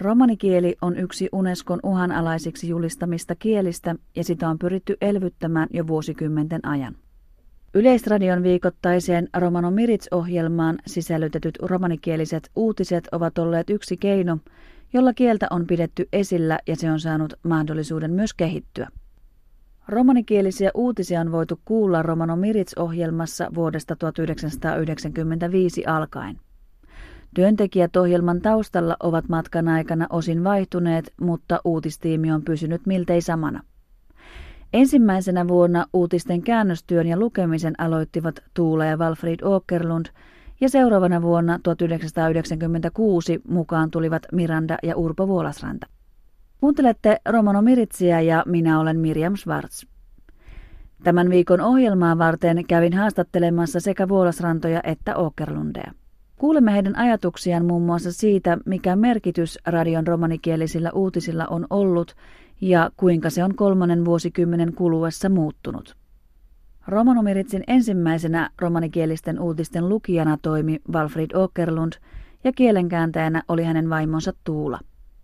Romanikieli on yksi Unescon uhanalaisiksi julistamista kielistä ja sitä on pyritty elvyttämään jo vuosikymmenten ajan. Yleisradion viikoittaiseen Romano Mirits-ohjelmaan sisällytetyt romanikieliset uutiset ovat olleet yksi keino, jolla kieltä on pidetty esillä ja se on saanut mahdollisuuden myös kehittyä. Romanikielisiä uutisia on voitu kuulla Romano Mirits-ohjelmassa vuodesta 1995 alkaen. Työntekijät ohjelman taustalla ovat matkan aikana osin vaihtuneet, mutta uutistiimi on pysynyt miltei samana. Ensimmäisenä vuonna uutisten käännöstyön ja lukemisen aloittivat Tuula ja Walfrid Åkerlund, ja seuraavana vuonna 1996 mukaan tulivat Miranda ja Urpo Vuolasranta. Kuuntelette Romano Miritsiä ja minä olen Mirjam Schwartz. Tämän viikon ohjelmaa varten kävin haastattelemassa sekä Vuolasrantoja että Åkerlundeja. Kuulemme heidän ajatuksiaan muun muassa siitä, mikä merkitys radion romanikielisillä uutisilla on ollut ja kuinka se on 3 vuosikymmenen kuluessa muuttunut. Romano Miritsin ensimmäisenä romanikielisten uutisten lukijana toimi Walfrid Åkerlund ja kielenkääntäjänä oli hänen vaimonsa Tuula.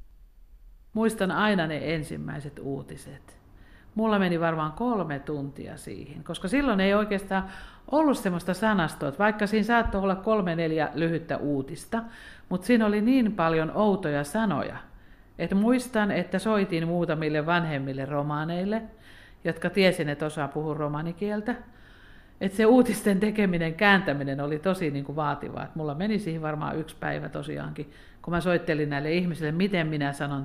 Muistan aina ne ensimmäiset uutiset. Mulla meni varmaan 3 tuntia siihen, koska silloin ei oikeastaan ollut semmoista sanastoa, että vaikka siinä saattoi olla 3-4 lyhyttä uutista, mutta siinä oli niin paljon outoja sanoja, että muistan, että soitin muutamille vanhemmille romaaneille, jotka tiesin, että osaa puhua romanikieltä, että se uutisten tekeminen, kääntäminen oli tosi niin kuin vaativaa. Että mulla meni siihen varmaan 1 päivä tosiaankin, kun mä soittelin näille ihmisille, miten minä sanon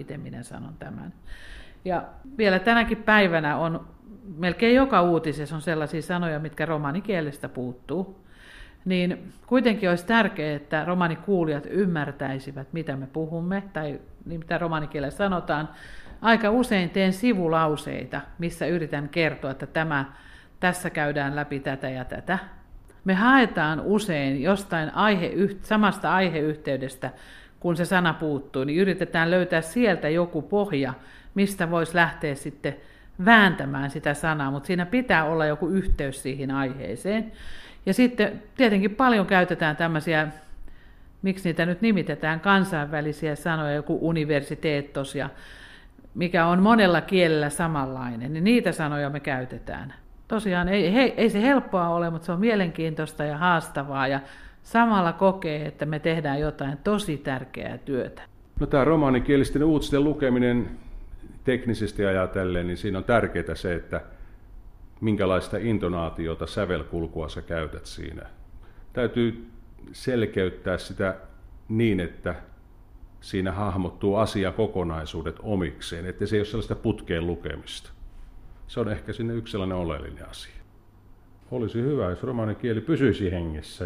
tämän. Ja vielä tänäkin päivänä on melkein joka uutisessa on sellaisia sanoja, mitkä romanikielestä puuttuu. Niin kuitenkin olisi tärkeää, että romanikuulijat ymmärtäisivät, mitä me puhumme tai mitä romanikielellä sanotaan. Aika usein teen sivulauseita, missä yritän kertoa, että tässä käydään läpi tätä ja tätä. Me haetaan usein jostain samasta aiheyhteydestä, kun se sana puuttuu, niin yritetään löytää sieltä joku pohja, mistä voisi lähteä sitten vääntämään sitä sanaa, mutta siinä pitää olla joku yhteys siihen aiheeseen. Ja sitten tietenkin paljon käytetään tämmöisiä, miksi niitä nyt nimitetään, kansainvälisiä sanoja, joku universiteettos, ja mikä on monella kielellä samanlainen, niin niitä sanoja me käytetään. Tosiaan ei se helppoa ole, mutta se on mielenkiintoista ja haastavaa, ja samalla kokee, että me tehdään jotain tosi tärkeää työtä. No, tämä romanikielisten uutisten lukeminen teknisesti ajatellen, niin siinä on tärkeää se, että minkälaista intonaatiota, sävelkulkua sä käytät siinä. Täytyy selkeyttää sitä niin, että siinä hahmottuu asiakokonaisuudet omikseen, että se ei ole sellaista putkeen lukemista. Se on ehkä sinne yksi sellainen oleellinen asia. Olisi hyvä, jos romanikieli pysyisi hengessä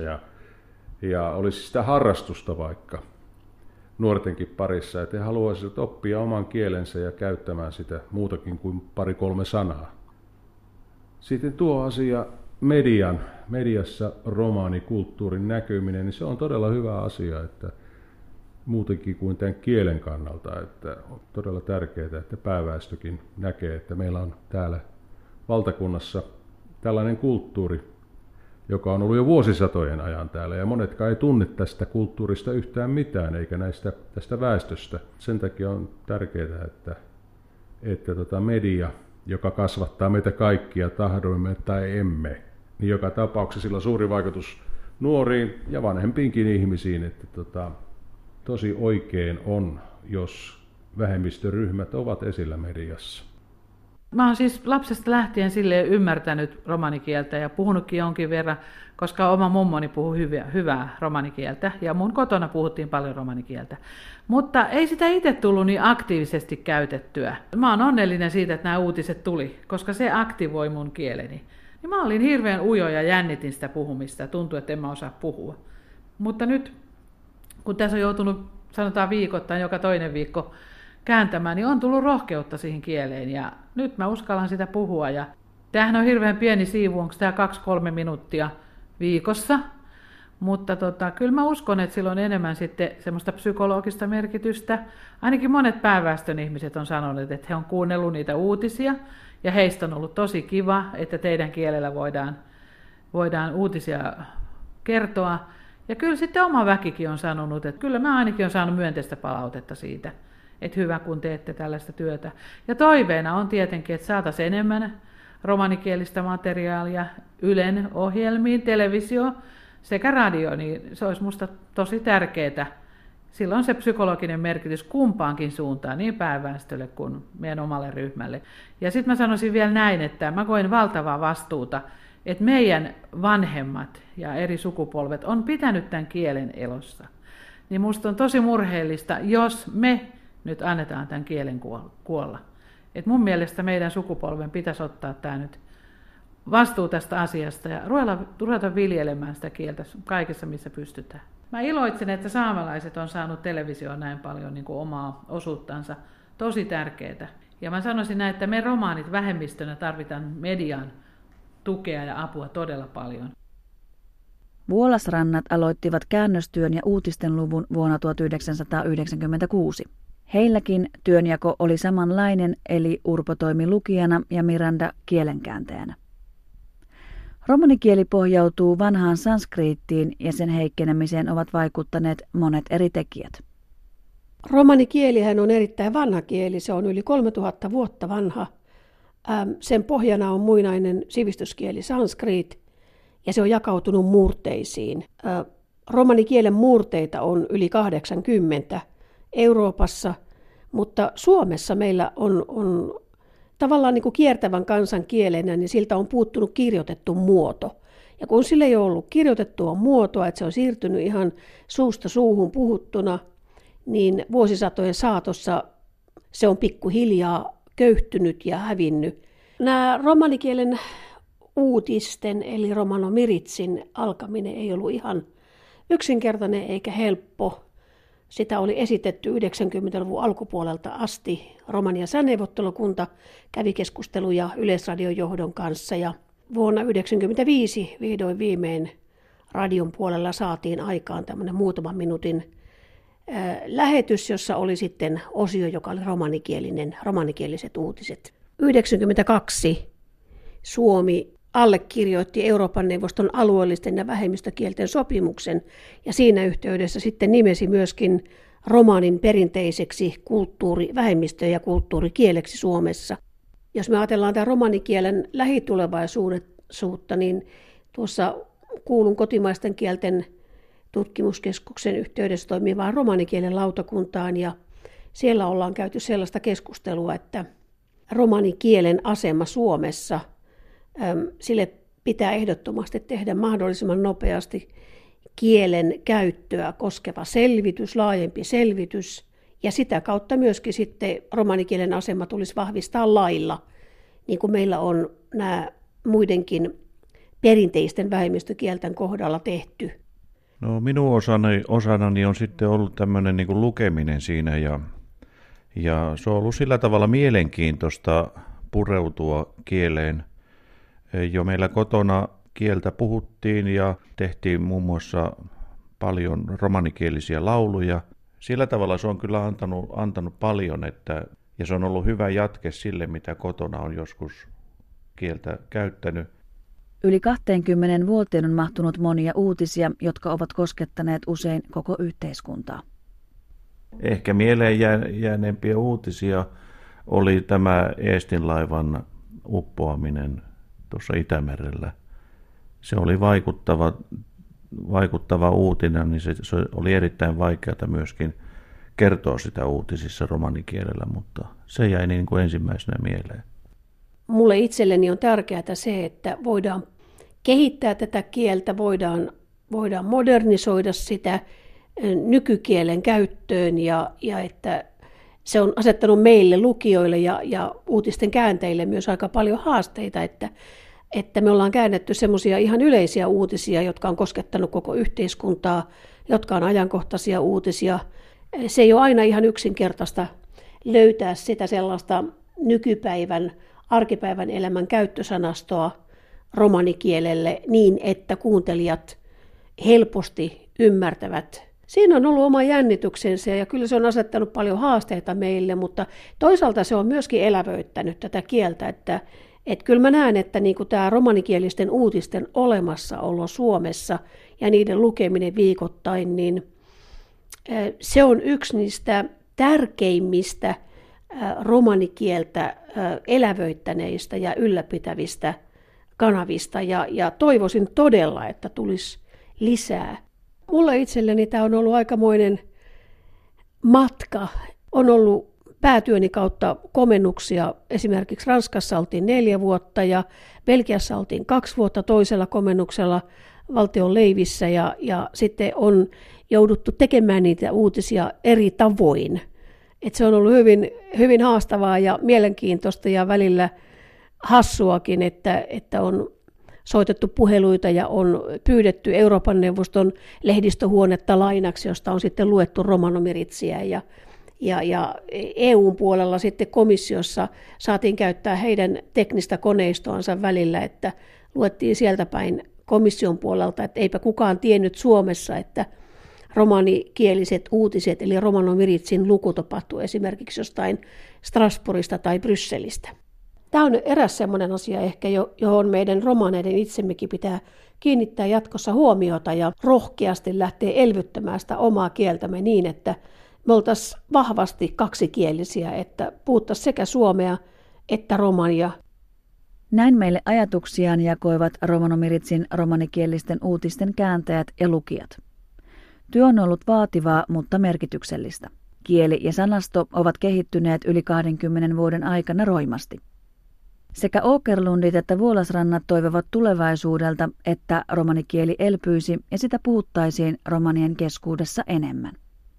ja olisi sitä harrastusta vaikka nuortenkin parissa, että he haluaisivat oppia oman kielensä ja käyttämään sitä muutakin kuin 2-3 sanaa. Sitten tuo asia mediassa romaanikulttuurin näkyminen, niin se on todella hyvä asia, että muutenkin kuin tämän kielen kannalta, että on todella tärkeää, että pääväestökin näkee, että meillä on täällä valtakunnassa tällainen kulttuuri, joka on ollut jo vuosisatojen ajan täällä, ja monetkaan ei tunne tästä kulttuurista yhtään mitään, eikä tästä väestöstä. Sen takia on tärkeää, että media, joka kasvattaa meitä kaikkia, tahdoimme tai emme, niin joka tapauksessa sillä on suuri vaikutus nuoriin ja vanhempiinkin ihmisiin, että tosi oikein on, jos vähemmistöryhmät ovat esillä mediassa. Mä oon siis lapsesta lähtien silleen ymmärtänyt romanikieltä ja puhunutkin jonkin verran, koska oma mummoni puhui hyvää romanikieltä ja mun kotona puhuttiin paljon romanikieltä. Mutta ei sitä itse tullut niin aktiivisesti käytettyä. Mä oon onnellinen siitä, että nämä uutiset tuli, koska se aktivoi mun kieleni. Niin mä olin hirveän ujo ja jännitin sitä puhumista ja tuntui, että en mä osaa puhua. Mutta nyt, kun tässä on joutunut, sanotaan viikoittain, joka toinen viikko kääntämään, niin on tullut rohkeutta siihen kieleen ja nyt mä uskallan sitä puhua. Ja tämähän on hirveän pieni siivu, onko tämä 2-3 minuuttia viikossa, mutta kyllä mä uskon, että sillä on enemmän sitten semmoista psykologista merkitystä. Ainakin monet pääväestön ihmiset on sanoneet, että he on kuunnellut niitä uutisia ja heistä on ollut tosi kiva, että teidän kielellä voidaan uutisia kertoa. Ja kyllä sitten oma väkikin on sanonut, että kyllä mä ainakin olen saanut myönteistä palautetta siitä, että hyvä kun teette tällaista työtä. Ja toiveena on tietenkin, että saataisiin enemmän romanikielistä materiaalia Ylen ohjelmiin, televisio sekä radio, niin se olisi musta tosi tärkeää. Sillä on se psykologinen merkitys kumpaankin suuntaan, niin pääväestölle kuin meidän omalle ryhmälle. Ja sitten mä sanoisin vielä näin, että mä koen valtavaa vastuuta, että meidän vanhemmat ja eri sukupolvet on pitänyt tämän kielen elossa. Niin musta on tosi murheellista, jos me nyt annetaan tämän kielen kuolla. Et mun mielestä meidän sukupolven pitäisi ottaa tämä nyt vastuu tästä asiasta ja ruveta viljelemään sitä kieltä kaikessa, missä pystytään. Mä iloitsen, että saamelaiset on saanut televisioon näin paljon niin kuin omaa osuuttansa. Tosi tärkeää. Ja mä sanoisin näin, että me romaanit vähemmistönä tarvitaan median tukea ja apua todella paljon. Vuolasrannat aloittivat käännöstyön ja uutisten luvun vuonna 1996. Heilläkin työnjako oli samanlainen, eli Urpo toimi lukijana ja Miranda kielenkääntäjänä. Romanikieli pohjautuu vanhaan sanskriittiin ja sen heikkenemiseen ovat vaikuttaneet monet eri tekijät. Romanikielihän on erittäin vanha kieli, se on yli 3000 vuotta vanha. Sen pohjana on muinainen sivistyskieli sanskriit ja se on jakautunut murteisiin. Romanikielen murteita on yli 80 Euroopassa, mutta Suomessa meillä on tavallaan niin kuin kiertävän kansan kielenä, niin siltä on puuttunut kirjoitettu muoto. Ja kun sillä ei ole ollut kirjoitettua muotoa, että se on siirtynyt ihan suusta suuhun puhuttuna, niin vuosisatojen saatossa se on pikkuhiljaa köyhtynyt ja hävinnyt. Nämä romanikielen uutisten, eli Romano Miritsin alkaminen ei ollut ihan yksinkertainen eikä helppo. Sitä oli esitetty 90-luvun alkupuolelta asti. Romanian sääneuvottelukunta kävi keskusteluja Yleisradion johdon kanssa ja vuonna 1995 vihdoin viimein radion puolella saatiin aikaan tämmöinen muutaman minuutin lähetys, jossa oli sitten osio, joka oli romanikieliset uutiset. 1992 Suomi allekirjoitti Euroopan neuvoston alueellisten ja vähemmistökielten sopimuksen ja siinä yhteydessä sitten nimesi myöskin romanin perinteiseksi vähemmistö- ja kulttuurikieleksi Suomessa. Jos me ajatellaan tämän romanikielen lähitulevaisuutta, niin tuossa kuulun kotimaisten kielten tutkimuskeskuksen yhteydessä toimivaan romanikielen lautakuntaan ja siellä ollaan käyty sellaista keskustelua, että romanikielen asema Suomessa, sille pitää ehdottomasti tehdä mahdollisimman nopeasti kielen käyttöä koskeva selvitys, laajempi selvitys ja sitä kautta myöskin sitten romanikielen asema tulisi vahvistaa lailla, niin kuin meillä on nämä muidenkin perinteisten vähemmistökielten kohdalla tehty. No minun osanani on sitten ollut tämmöinen niin kuin lukeminen siinä ja se on ollut sillä tavalla mielenkiintoista pureutua kieleen. Jo meillä kotona kieltä puhuttiin ja tehtiin muun muassa paljon romanikielisiä lauluja. Sillä tavalla se on kyllä antanut paljon, ja se on ollut hyvä jatke sille, mitä kotona on joskus kieltä käyttänyt. Yli 20 vuoteen on mahtunut monia uutisia, jotka ovat koskettaneet usein koko yhteiskuntaa. Ehkä mieleen jääneempiä uutisia oli tämä Eestin laivan uppoaminen tuossa Itämerellä. Se oli vaikuttava uutinen, niin se oli erittäin vaikeaa myöskin kertoa sitä uutisissa romanikielellä, mutta se jäi niin kuin ensimmäisenä mieleen. Mulle itselleni on tärkeää se, että voidaan kehittää tätä kieltä, voidaan modernisoida sitä nykykielen käyttöön ja että se on asettanut meille lukijoille ja uutisten kääntäjille myös aika paljon haasteita, että me ollaan käännetty semmoisia ihan yleisiä uutisia, jotka on koskettanut koko yhteiskuntaa, jotka on ajankohtaisia uutisia. Se ei ole aina ihan yksinkertaista löytää sitä sellaista arkipäivän elämän käyttösanastoa romanikielelle niin, että kuuntelijat helposti ymmärtävät. Siinä on ollut oma jännityksensä ja kyllä se on asettanut paljon haasteita meille, mutta toisaalta se on myöskin elävöittänyt tätä kieltä, että kyllä mä näen, että niin kuin tämä romanikielisten uutisten olemassaolo Suomessa ja niiden lukeminen viikoittain, niin se on yksi niistä tärkeimmistä romanikieltä elävöittäneistä ja ylläpitävistä kanavista, ja toivoisin todella, että tulisi lisää. Mulle itselleni tämä on ollut aikamoinen matka. On ollut päätyöni kautta komennuksia. Esimerkiksi Ranskassa oltiin 4 vuotta ja Belgiassa oltiin 2 vuotta toisella komennuksella valtion leivissä, ja sitten on jouduttu tekemään niitä uutisia eri tavoin. Et se on ollut hyvin, hyvin haastavaa ja mielenkiintoista ja välillä hassuakin, että on soitettu puheluita ja on pyydetty Euroopan neuvoston lehdistöhuonetta lainaksi, josta on sitten luettu Romano Miritsiä, ja EUn puolella sitten komissiossa saatiin käyttää heidän teknistä koneistoansa välillä, että luettiin sieltä päin komission puolelta, että eipä kukaan tiennyt Suomessa, että romanikieliset uutiset, eli Romano Miritsin luku tapahtuu esimerkiksi jostain Strasbourgista tai Brysselistä. Tämä on eräs sellainen asia ehkä, johon meidän romaneiden itsemmekin pitää kiinnittää jatkossa huomiota ja rohkeasti lähteä elvyttämään sitä omaa kieltämme niin, että me oltaisiin vahvasti kaksikielisiä, että puhuttaisiin sekä suomea että romania. Näin meille ajatuksiaan jakoivat Romano Miritsin romanikielisten uutisten kääntäjät ja lukijat. Työ on ollut vaativaa, mutta merkityksellistä. Kieli ja sanasto ovat kehittyneet yli 20 vuoden aikana roimasti. Sekä Åkerlundit että Vuolasrannat toivovat tulevaisuudelta, että romanikieli elpyisi ja sitä puhuttaisiin romanien keskuudessa enemmän.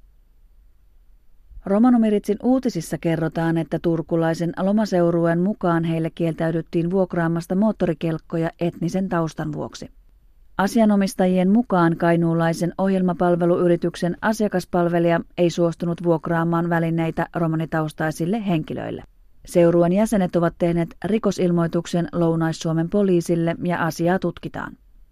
Romano Miritsin uutisissa kerrotaan, että turkulaisen lomaseurueen mukaan heille kieltäydyttiin vuokraamasta moottorikelkkoja etnisen taustan vuoksi. Asianomistajien mukaan kainuulaisen ohjelmapalveluyrityksen asiakaspalvelija ei suostunut vuokraamaan välineitä romanitaustaisille henkilöille. Seurueen jäsenet ovat tehneet rikosilmoituksen Lounais-Suomen poliisille ja asiaa tutkitaan.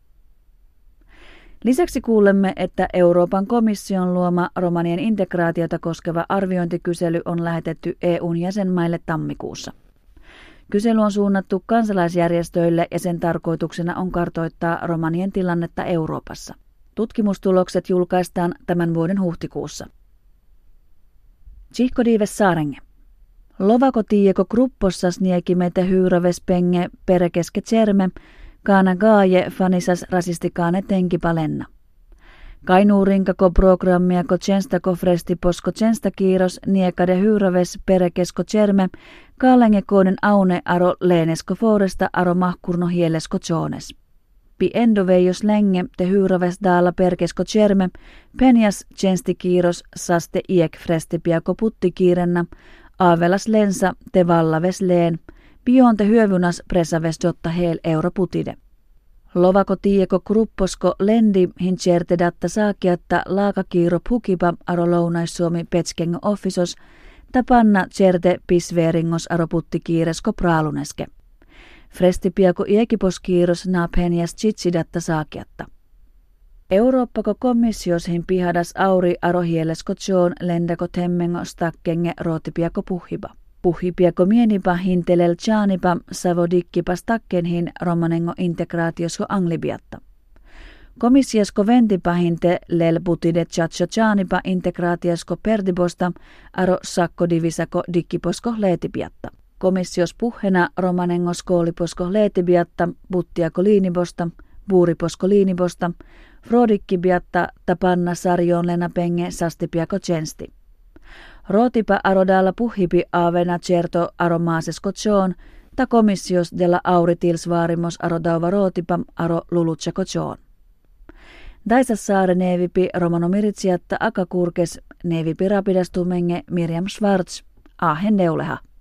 Lisäksi kuulemme, että Euroopan komission luoma romanien integraatiota koskeva arviointikysely on lähetetty EUn jäsenmaille tammikuussa. Kysely on suunnattu kansalaisjärjestöille ja sen tarkoituksena on kartoittaa romanien tilannetta Euroopassa. Tutkimustulokset julkaistaan tämän vuoden huhtikuussa. Tsihkodiives Saarenge. Lovako tiieko gruppossas niekimete hyyrövespenge perekeske tserme, kaana gaaje fanisas rasistikaane tenkipalenna. Kainuurinkako programmiako tjenstako fresti posko tjenstakiiros niekade hyyröves perekesko tserme, kaalengekouden aune aro leenesko foresta aro mahkurno hielesko tjoones. Pi endoveios länge te hyyröves daala perkesko tserme, penjas tjenstikiiros saste iek fresti piako puttikiirenna, aavelas lensa te vallaves leen, pion te hyövynas presaves jotta heel europutide. Lovako tiieko grupposko lendi hinchertedatta saakiatta laakakiiro pukipa aro Lounais-Suomi petskengo offisos, tapanna cherte pisveeringos aro puttikiiresko praaluneske. Fresti piako iekiposkiiros naapenias chitsidatta saakiatta. Eurooppako komissioshin pihadas auri aro hielesko tjoon lendako temmengo stakkenge rootipiako puhiba. Puhipiako mienipa hintelel tjaanipa savodikkipa stakkenhin romanengo integraatiosko anglibiatta. Komissiosko ventipa hinte lel putide tjatso tjaanipa integraatiosko perdibosta aro sakkodivisako dikkiposko leetipiatta. Komissios puhena romanengo skooliposko leetibiatta buttiako liinibosta, buuriposko liinibosta, frodikkibiatta tapanna sarjoon lena penge sastipiako tjensti. Rootipa arodalla puhipi avena certo aro maasesko tjoon, ta komissios della auri tilsvaarimos aro dauva rootipa aro lulutsako tjoon. Daisas saare neevipi Romano Miritsiatta akakurkes neevipi rapidastumenge Miriam Schwarz, ahen neuleha.